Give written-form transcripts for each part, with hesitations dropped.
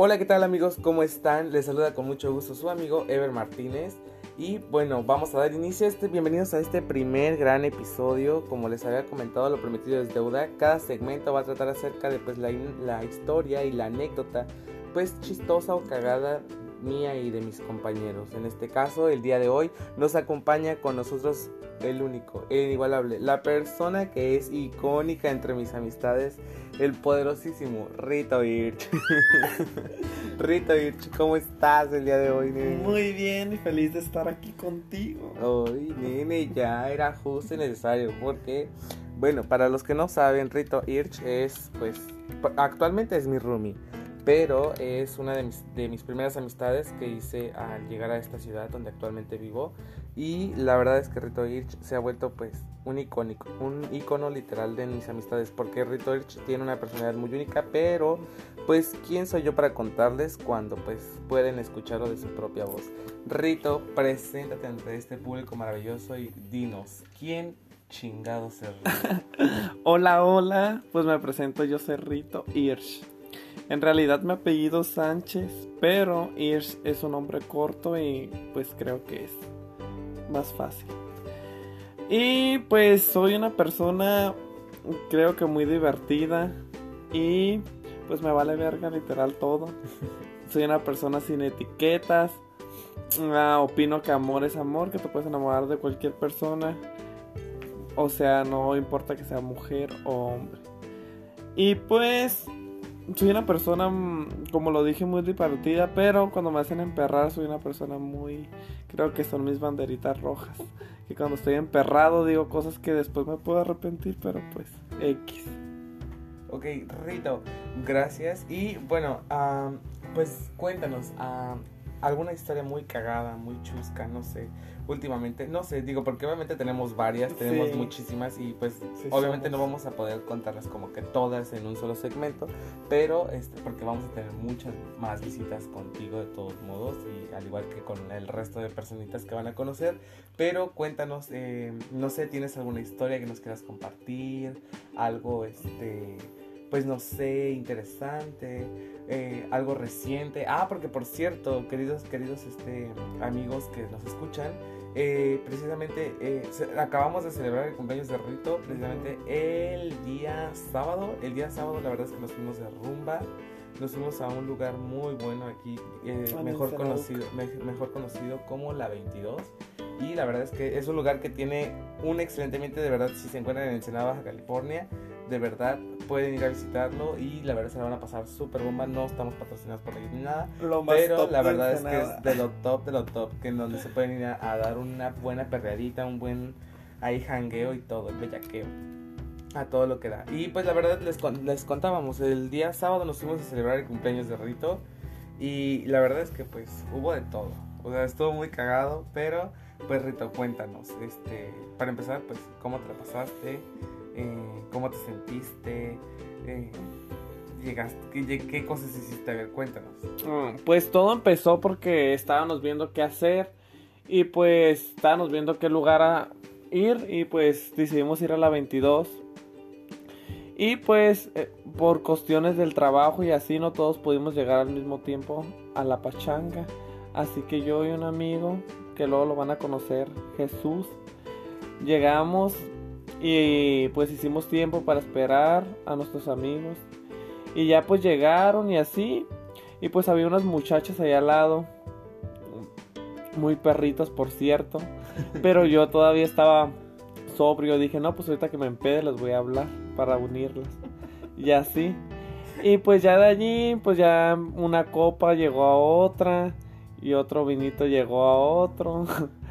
Hola, ¿qué tal amigos? ¿Cómo están? Les saluda con mucho gusto su amigo Ever Martínez. Y bueno, vamos a dar inicio a bienvenidos a este primer gran episodio. Como les había comentado, lo prometido es deuda. Cada segmento va a tratar acerca de pues, la historia y la anécdota pues chistosa o cagada mía y de mis compañeros. En este caso, el día de hoy nos acompaña con nosotros el único, el inigualable, la persona que es icónica entre mis amistades, el poderosísimo Rito Hirsch. Rito Hirsch, ¿cómo estás el día de hoy, nene? Muy bien y feliz de estar aquí contigo. Hoy, nene, ya era justo y necesario porque, bueno, para los que no saben, Rito Hirsch es, pues, actualmente es mi roomie. Pero es una de mis primeras amistades que hice al llegar a esta ciudad donde actualmente vivo. Y la verdad es que Rito Hirsch se ha vuelto pues un icono literal de mis amistades. Porque Rito Hirsch tiene una personalidad muy única, pero pues ¿quién soy yo para contarles cuando pues pueden escucharlo de su propia voz? Rito, preséntate ante este público maravilloso y dinos, ¿quién chingados es Rito? Hola, pues me presento, yo soy Rito Hirsch. En realidad mi apellido es Sánchez, pero Hirsch es un nombre corto y pues creo que es más fácil. Y pues soy una persona, creo que muy divertida y pues me vale verga literal todo. Soy una persona sin etiquetas. Opino que amor es amor, que te puedes enamorar de cualquier persona. O sea, no importa que sea mujer o hombre. Y pues soy una persona, como lo dije, muy divertida, pero cuando me hacen emperrar soy una persona muy... Creo que son mis banderitas rojas. Que cuando estoy emperrado digo cosas que después me puedo arrepentir, pero pues X. Ok, Rito, gracias. Y bueno, pues cuéntanos, alguna historia muy cagada, muy chusca, no sé, últimamente, no sé, digo, porque obviamente tenemos varias, tenemos Sí. muchísimas y pues Sí, obviamente somos. no vamos a poder contarlas como que todas en un solo segmento, pero porque vamos a tener muchas más visitas contigo de todos modos y al igual que con el resto de personitas que van a conocer, pero cuéntanos, no sé, ¿tienes alguna historia que nos quieras compartir? Algo, pues no sé, interesante, algo reciente. Porque por cierto, queridos amigos que nos escuchan, precisamente acabamos de celebrar el cumpleaños de Rito, precisamente el día sábado. El día sábado la verdad es que nos fuimos de rumba. Nos fuimos a un lugar muy bueno aquí, mejor conocido como La 22. Y la verdad es que es un lugar que tiene un excelente ambiente, de verdad, si se encuentran en Ensenada, Baja California, de verdad pueden ir a visitarlo y la verdad se la van a pasar súper bomba. No estamos patrocinados por ellos ni nada, pero la verdad es que es de lo top, que en donde se pueden ir a dar una buena perreadita, un buen ahí jangueo y todo, el bellaqueo, a todo lo que da. Y pues la verdad les contábamos, el día sábado nos fuimos a celebrar el cumpleaños de Rito y la verdad es que pues hubo de todo, o sea, estuvo muy cagado, pero pues Rito, cuéntanos, para empezar, pues cómo te la pasaste, cómo te sentiste, llegaste, qué cosas hiciste, a ver, cuéntanos. Pues todo empezó porque estábamos viendo qué hacer y pues estábamos viendo qué lugar a ir y pues decidimos ir a la 22. Y pues por cuestiones del trabajo y así no todos pudimos llegar al mismo tiempo a la pachanga. Así que yo y un amigo, que luego lo van a conocer, Jesús, llegamos y pues hicimos tiempo para esperar a nuestros amigos. Y ya pues llegaron y así. Y pues había unas muchachas ahí al lado, muy perritas por cierto. Pero yo todavía estaba sobrio, dije no, pues ahorita que me empede les voy a hablar para unirlas. Y así. Y pues ya de allí, pues ya una copa llegó a otra y otro vinito llegó a otro.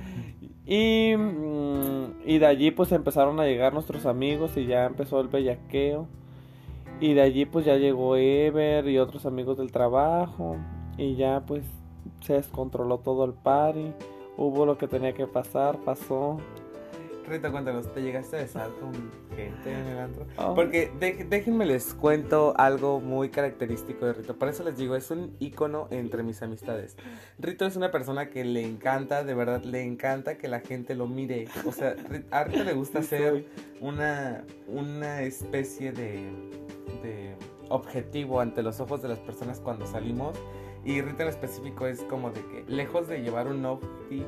y de allí pues empezaron a llegar nuestros amigos y ya empezó el bellaqueo. Y de allí pues ya llegó Ever y otros amigos del trabajo. Y ya pues se descontroló todo el party. Hubo lo que tenía que pasar, pasó. Rita, cuéntanos, ¿te llegaste a besar con gente en el antro? Oh. Porque déjenme les cuento algo muy característico de Rito. Por eso les digo, es un ícono entre mis amistades. Rito es una persona que le encanta, de verdad, le encanta que la gente lo mire. O sea, a Rito le gusta ser una especie de objetivo ante los ojos de las personas cuando salimos. Y Rita en específico es como de que lejos de llevar un outfit,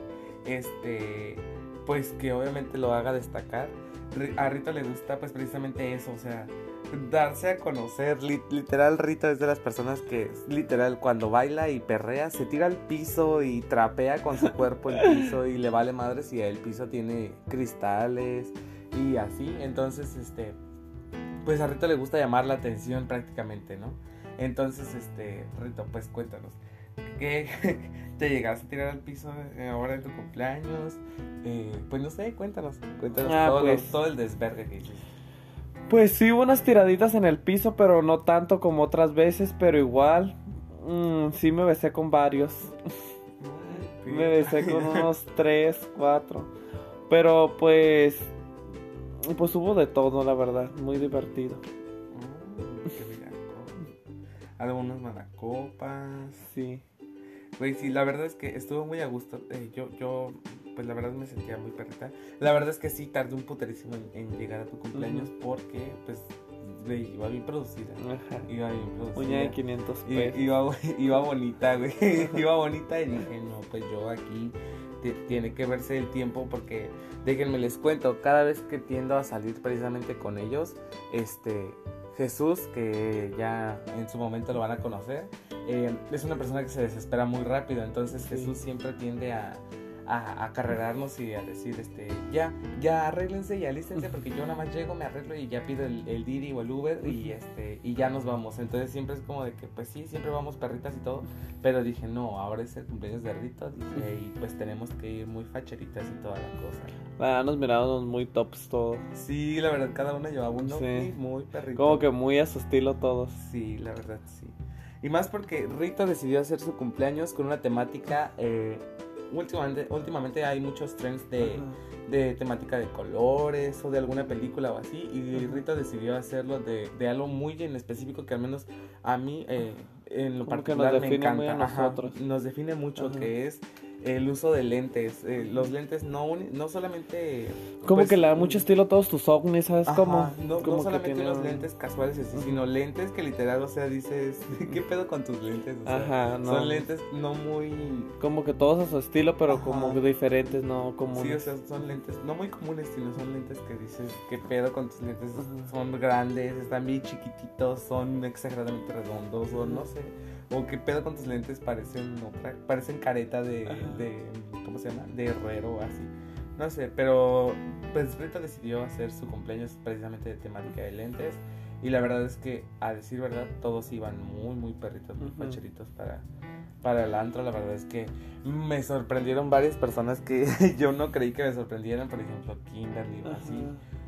pues que obviamente lo haga destacar, a Rita le gusta pues precisamente eso, o sea, darse a conocer. Literal, Rita es de las personas que literal cuando baila y perrea se tira al piso y trapea con su cuerpo el piso y le vale madre si el piso tiene cristales y así. Entonces pues a Rita le gusta llamar la atención prácticamente, ¿no? Entonces Rita, pues cuéntanos, ¿qué te llegaste a tirar al piso ahora en tu cumpleaños? Pues no sé, cuéntanos todo el desvergue que hiciste. Pues sí, hubo unas tiraditas en el piso, pero no tanto como otras veces, pero igual, sí me besé con varios. Me besé con unos 3, 4. Pero pues hubo de todo, la verdad, muy divertido. Qué rico. Algunos malacopas. Sí. Güey, sí, la verdad es que estuvo muy a gusto. Yo pues la verdad me sentía muy perrita. La verdad es que sí, tardé un puterísimo en llegar a tu cumpleaños porque, pues, güey, iba bien producida. Ajá. Iba bien producida. Uña de 500 pesos. Iba bonita, güey. Iba bonita y dije, no, pues yo aquí tiene que verse el tiempo porque, déjenme les cuento, cada vez que tiendo a salir precisamente con ellos, Jesús, que ya en su momento lo van a conocer, es una persona que se desespera muy rápido. Entonces sí. Jesús siempre tiende a carrerarnos y a decir ya arréglense y alístense porque yo nada más llego, me arreglo y ya pido el Didi o el Uber y ya nos vamos. Entonces siempre es como de que pues sí, siempre vamos perritas y todo, pero dije no, ahora es el cumpleaños de Rita, dije, y pues tenemos que ir muy facheritas y toda la cosa. Nos mirábamos muy tops todos. Sí, la verdad, cada una llevaba un outfit muy perrito. Como que muy a su estilo todos. Sí, la verdad, sí. Y más porque Rita decidió hacer su cumpleaños con una temática, últimamente hay muchos trends de temática de colores o de alguna película o así, y Rita decidió hacerlo de algo muy en específico que al menos a mí en lo particular me encanta. Nos define mucho, que es el uso de lentes. Los lentes no solamente como pues, que le da mucho estilo a todos tus ovnis, ¿sabes cómo? No como solamente tiene los lentes casuales así, sino lentes que literal, o sea, dices, ¿qué pedo con tus lentes? O sea, no. Son lentes no muy... como que todos a su estilo, pero como diferentes, no comunes. Sí, o sea, son lentes no muy comunes, sino son lentes que dices, ¿qué pedo con tus lentes? Son grandes, están bien chiquititos, son exageradamente redondos, o no sé... O qué pedo con tus lentes, parecen careta de ¿cómo se llama? De herrero o así. No sé, pero pues Rita decidió hacer su cumpleaños precisamente de temática de lentes. Y la verdad es que, a decir verdad, todos iban muy, muy perritos, muy facheritos para el antro. La verdad es que me sorprendieron varias personas que yo no creí que me sorprendieran. Por ejemplo, Kimberly, así.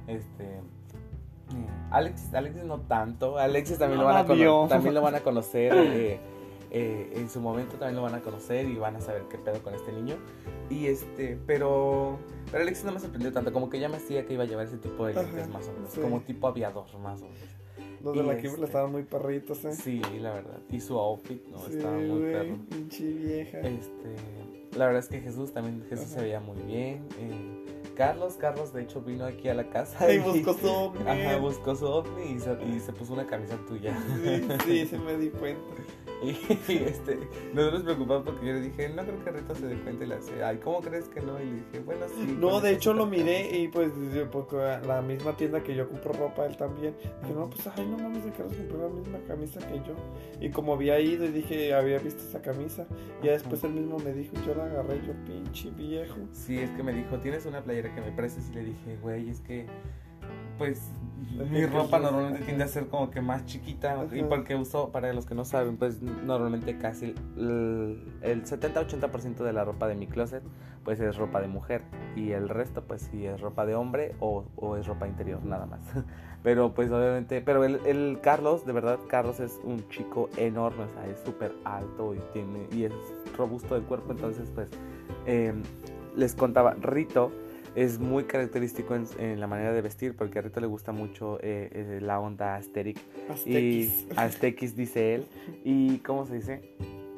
Alexis no tanto. Alexis también lo van a conocer. En su momento también lo van a conocer y van a saber qué pedo con este niño. Y pero Alexis no me sorprendió tanto, como que ya me decía que iba a llevar ese tipo de lentes más o menos, como tipo aviador más o menos. Los de la Kimberly estaban muy perritos, Sí, la verdad. Y su outfit, estaba muy perro. Pinche vieja. La verdad es que Jesús se veía muy bien. Carlos de hecho vino aquí a la casa y buscó su ovni. Buscó su ovni y se puso una camisa tuya. Sí, se me di cuenta. Y nosotros nos preocupamos porque yo le dije, no creo que Rita se dé cuenta, y le hace, ay, ¿cómo crees que no? Y le dije, bueno, sí. No, de hecho lo miré y pues porque la misma tienda que yo compro ropa, él también. Dije, no, pues ay, no mames, de Carlos compró la misma camisa que yo. Y como había ido y dije, había visto esa camisa, y ya después él mismo me dijo, yo la agarré, yo pinche viejo. Sí, es que me dijo, ¿tienes una playera que me prestes? Y le dije, güey, es que pues mi ropa normalmente tiende a ser como que más chiquita. Y porque uso, para los que no saben, pues normalmente casi el 70-80% de la ropa de mi closet pues es ropa de mujer, y el resto pues sí es ropa de hombre o es ropa interior, nada más. Pero pues obviamente, pero el Carlos, de verdad, Carlos es un chico enorme, o sea, es súper alto y es robusto del cuerpo. Entonces pues les contaba, Rito es muy característico en la manera de vestir, porque a Rito le gusta mucho la onda aesthetic. Y aesthetics, dice él. Y ¿cómo se dice?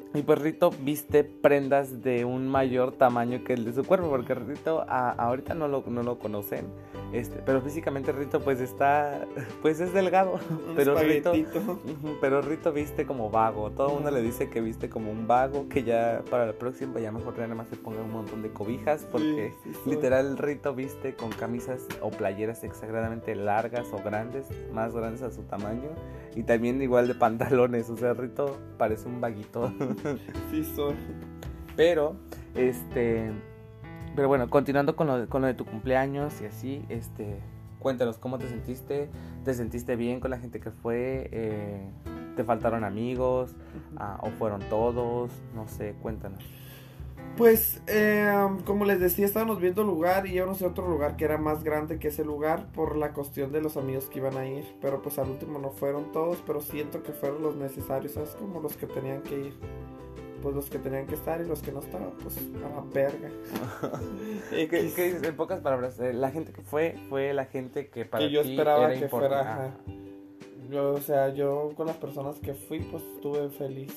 Y pues Rito viste prendas de un mayor tamaño que el de su cuerpo, porque Rito ahorita no lo conocen, pero físicamente Rito pues pues es delgado, pero Rito viste como vago, todo el mundo le dice que viste como un vago, que ya para la próxima ya mejor nada más se ponga un montón de cobijas, porque literal Rito viste con camisas o playeras exageradamente largas o grandes, más grandes a su tamaño, y también igual de pantalones, o sea, Rito parece un vaguito. Sí soy. Pero bueno, continuando con lo de tu cumpleaños y así, cuéntanos cómo te sentiste. ¿Te sentiste bien con la gente que fue? ¿Te faltaron amigos? ¿O fueron todos? No sé, cuéntanos. Pues, como les decía, estábamos viendo el lugar y íbamos a otro lugar que era más grande que ese lugar por la cuestión de los amigos que iban a ir. Pero pues al último no fueron todos, pero siento que fueron los necesarios, ¿sabes? Como los que tenían que ir. Pues los que tenían que estar y los que no estaban, pues a la verga. ¿Qué en pocas palabras, la gente que fue la gente que para que yo ti esperaba era que fuera. Yo con las personas que fui, pues estuve feliz.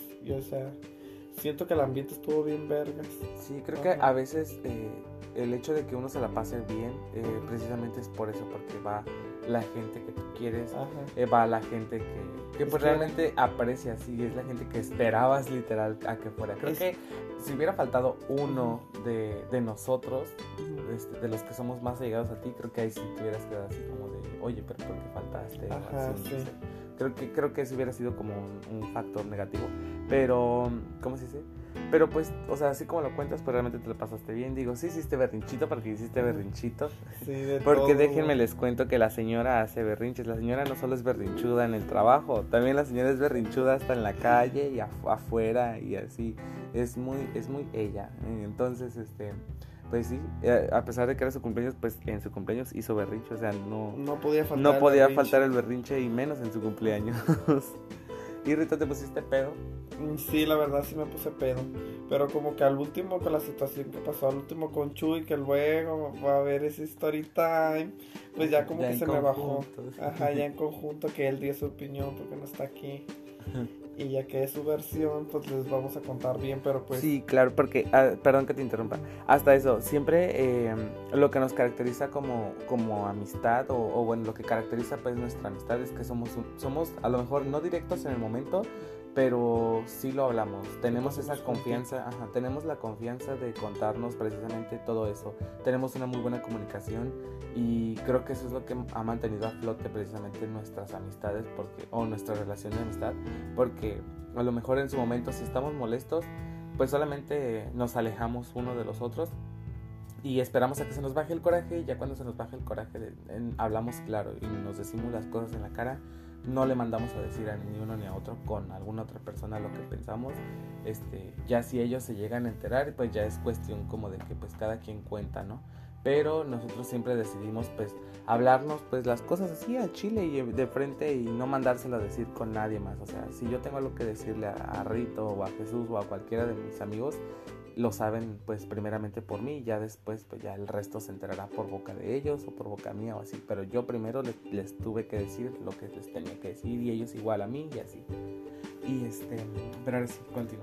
Siento que el ambiente estuvo bien vergas. Sí, creo que a veces el hecho de que uno se la pase bien, precisamente es por eso, porque va la gente que tú quieres, va la gente que pues realmente aprecias, y es la gente que esperabas literal a que fuera. Creo que si hubiera faltado uno de nosotros, de los que somos más allegados a ti, creo que ahí sí te hubieras quedado así como de, oye, pero ¿por qué faltaste? Así, sí. No sé. Creo que eso hubiera sido como un factor negativo, pero ¿cómo se dice? Pero pues, o sea, así como lo cuentas, pues realmente te lo pasaste bien. Digo, sí hiciste berrinchito porque hiciste berrinchito. Sí, porque todo. déjenme les cuento que la señora hace berrinches. La señora no solo es berrinchuda en el trabajo, también la señora es berrinchuda hasta en la calle y afuera y así. Es muy ella. Entonces, pues sí, a pesar de que era su cumpleaños, pues en su cumpleaños hizo berrinche. O sea, no podía faltar el berrinche y menos en su cumpleaños. ¿Y Rita, te pusiste pedo? Sí, la verdad sí me puse pedo. Pero como que al último con la situación que pasó, al último con Chuy, que luego va a ver ese story time, pues ya como ya que se me bajó. Ajá, ya en conjunto, que él dio su opinión porque no está aquí. Y ya que es su versión, pues les vamos a contar bien, pero pues... Sí, claro, porque, perdón que te interrumpa, hasta eso, siempre lo que nos caracteriza como amistad, o bueno, lo que caracteriza pues nuestra amistad es que somos a lo mejor no directos en el momento, pero sí lo hablamos, tenemos esa confianza, tenemos la confianza de contarnos precisamente todo eso, tenemos una muy buena comunicación y creo que eso es lo que ha mantenido a flote precisamente nuestras amistades o nuestra relación de amistad, porque a lo mejor en su momento si estamos molestos, pues solamente nos alejamos uno de los otros y esperamos a que se nos baje el coraje, y ya cuando se nos baje el coraje hablamos claro y nos decimos las cosas en la cara. No le mandamos a decir a ni uno ni a otro con alguna otra persona lo que pensamos. Ya si ellos se llegan a enterar, pues ya es cuestión como de que pues cada quien cuenta, ¿no? Pero nosotros siempre decidimos pues hablarnos pues las cosas así al chile y de frente, y no mandárselo a decir con nadie más. O sea, si yo tengo algo que decirle a Rito o a Jesús o a cualquiera de mis amigos, lo saben pues primeramente por mí, y ya después pues ya el resto se enterará por boca de ellos o por boca mía o así, pero yo primero les tuve que decir lo que les tenía que decir, y ellos igual a mí y así. Y pero ahora sí, continúa.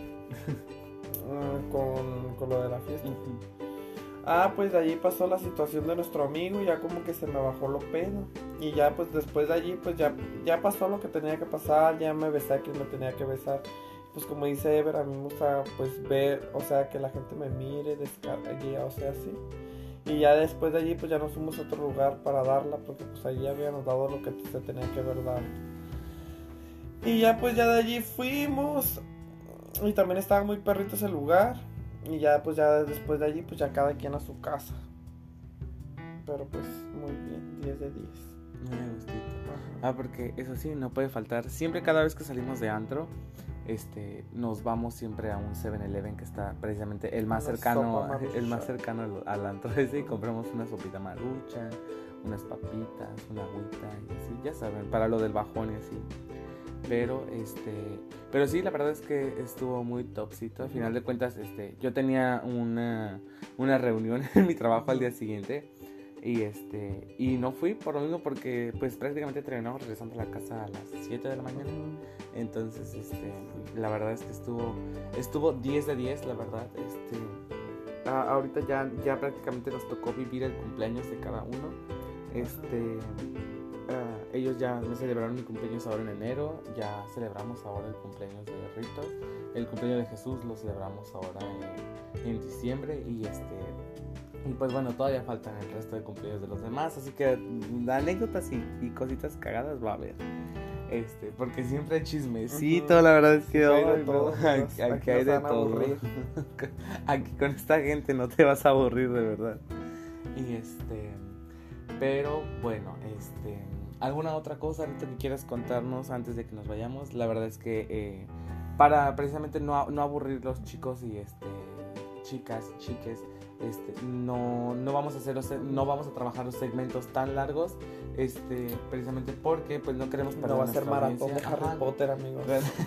Con lo de la fiesta. Pues de allí pasó la situación de nuestro amigo y ya como que se me bajó lo pedo. Y ya pues después de allí pues ya pasó lo que tenía que pasar, ya me besé a quien me tenía que besar. Pues como dice Ever, a mí me gusta pues ver, o sea, que la gente me mire, o sea, así. Y ya después de allí pues ya nos fuimos a otro lugar para darla, porque pues allí habíamos dado lo que se tenía que haber dado. Y ya pues ya de allí fuimos, y también estaba muy perrito ese lugar. Y ya pues ya después de allí pues ya cada quien a su casa. Pero pues muy bien, 10 de 10. Me gustó. Porque eso sí, no puede faltar. Siempre cada vez que salimos de antro, nos vamos siempre a un 7-Eleven que está precisamente el más cercano al antro ese, y compramos una sopita marucha, unas papitas, una agüita y así, ya saben, para lo del bajón y así. Pero sí, la verdad es que estuvo muy topcito. Al final de cuentas, yo tenía una reunión en mi trabajo al día siguiente. Y no fui por lo mismo porque pues prácticamente terminamos regresando a la casa a las 7 de la mañana. Entonces, la verdad es que estuvo 10 de 10, la verdad. Ahorita ya prácticamente nos tocó vivir el cumpleaños de cada uno. Ellos ya me celebraron mi cumpleaños ahora en enero, ya celebramos ahora el cumpleaños de Rito, el cumpleaños de Jesús lo celebramos ahora en diciembre y pues bueno, todavía faltan el resto de cumpleaños de los demás, así que anécdotas y cositas cagadas va a haber. Porque siempre hay chismecito, la verdad es que hay de todo. Aquí hay de todo. Aquí con esta gente no te vas a aburrir de verdad. Pero bueno, ¿alguna otra cosa ahorita que quieras contarnos antes de que nos vayamos? La verdad es que para precisamente no aburrir los chicos y chicas y chiques, no vamos a trabajar los segmentos tan largos, precisamente porque pues no queremos perder. No va a ser maratón de audiencia. Harry Potter, amigos.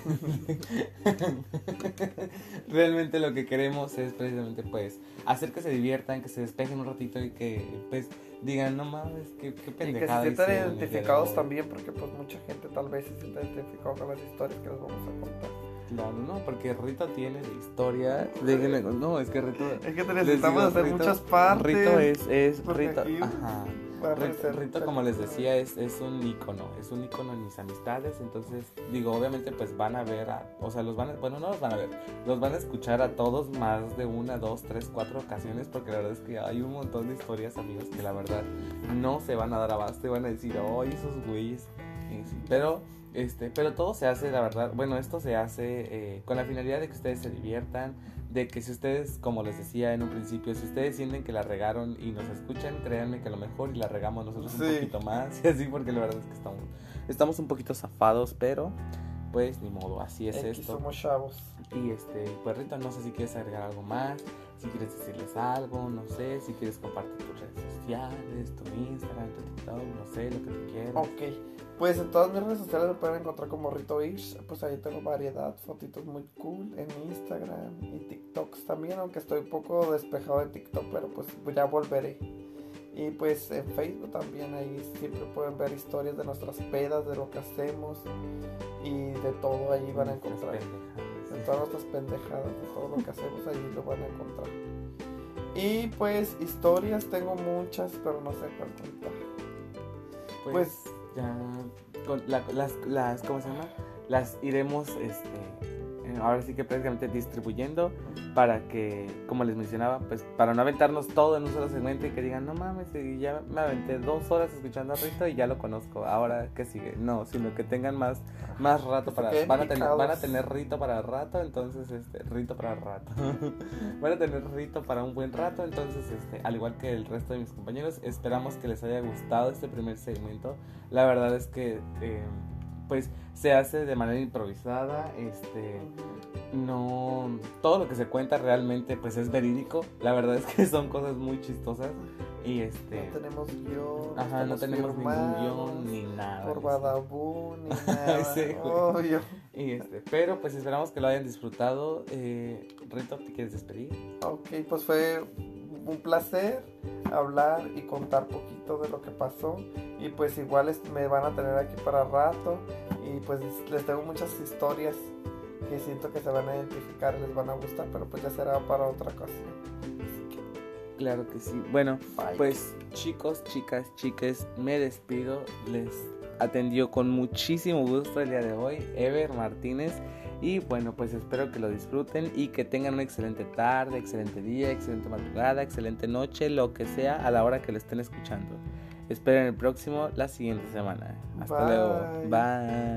Realmente lo que queremos es precisamente pues hacer que se diviertan, que se despejen un ratito y que pues digan, no mames, qué pendejada. Y que se sientan identificados también, porque pues mucha gente tal vez se sienta identificado con las historias que les vamos a contar. Claro, no, porque Rito tiene de historia. No, es que Rito. Es que necesitamos hacer Rito, muchas partes. Rito es Rito. Aquí, ajá. Rito, como les decía, es un ícono. Es un ícono en mis amistades. Entonces, digo, obviamente, pues van a ver. No los van a ver. Los van a escuchar a todos más de 1, 2, 3, 4 ocasiones. Porque la verdad es que hay un montón de historias, amigos, que la verdad no se van a dar abasto. Y van a decir, ¡ay, esos güeyes! Pero todo se hace, la verdad, bueno, esto se hace con la finalidad de que ustedes se diviertan, de que si ustedes, como les decía en un principio, si ustedes sienten que la regaron y nos escuchan, créanme que a lo mejor y la regamos nosotros un poquito más, y así, porque la verdad es que estamos un poquito zafados, pero pues ni modo, así es esto. Somos chavos. Y pues Rito, no sé si quieres agregar algo más, si quieres decirles algo, no sé, si quieres compartir tus redes sociales, tu Instagram, tu TikTok, no sé, lo que tú quieras. Ok, pues en todas mis redes sociales me pueden encontrar como Rito Ish, pues ahí tengo variedad, fotitos muy cool en Instagram y TikToks también, aunque estoy un poco despejado de TikTok, pero pues ya volveré. Y pues en Facebook también, ahí siempre pueden ver historias de nuestras pedas, de lo que hacemos y de todo, ahí van a encontrar. De todas nuestras pendejadas, de todo lo que hacemos, ahí lo van a encontrar. Y pues historias tengo muchas, pero no sé cuál contar. Pues ya las ¿cómo se llama? Las iremos ahora sí que prácticamente distribuyendo para que, como les mencionaba, pues para no aventarnos todo en un solo segmento y que digan, no mames, ya me aventé 2 horas escuchando a Rito y ya lo conozco, ahora ¿qué sigue? No, sino que tengan más rato para, van a tener Rito para rato, entonces Rito para rato. Van a tener Rito para un buen rato, entonces al igual que el resto de mis compañeros, esperamos que les haya gustado este primer segmento. La verdad es que pues se hace de manera improvisada, no todo lo que se cuenta realmente pues es verídico, la verdad es que son cosas muy chistosas y no tenemos guión, no tenemos ningún guión ni nada por Badabun ni nada. Sí, obvio. Y pero pues esperamos que lo hayan disfrutado. Rito, ¿te quieres despedir? Ok, pues fue un placer hablar y contar poquito de lo que pasó y pues igual me van a tener aquí para rato y pues les tengo muchas historias que siento que se van a identificar y les van a gustar, pero pues ya será para otra ocasión. Claro que sí. Bueno, bye. Pues chicos, chicas, chiques, me despido. Les atendió con muchísimo gusto el día de hoy Ever Martínez. Y bueno, pues espero que lo disfruten y que tengan una excelente tarde, excelente día, excelente madrugada, excelente noche, lo que sea a la hora que lo estén escuchando. Esperen el próximo, la siguiente semana. Hasta luego. Bye.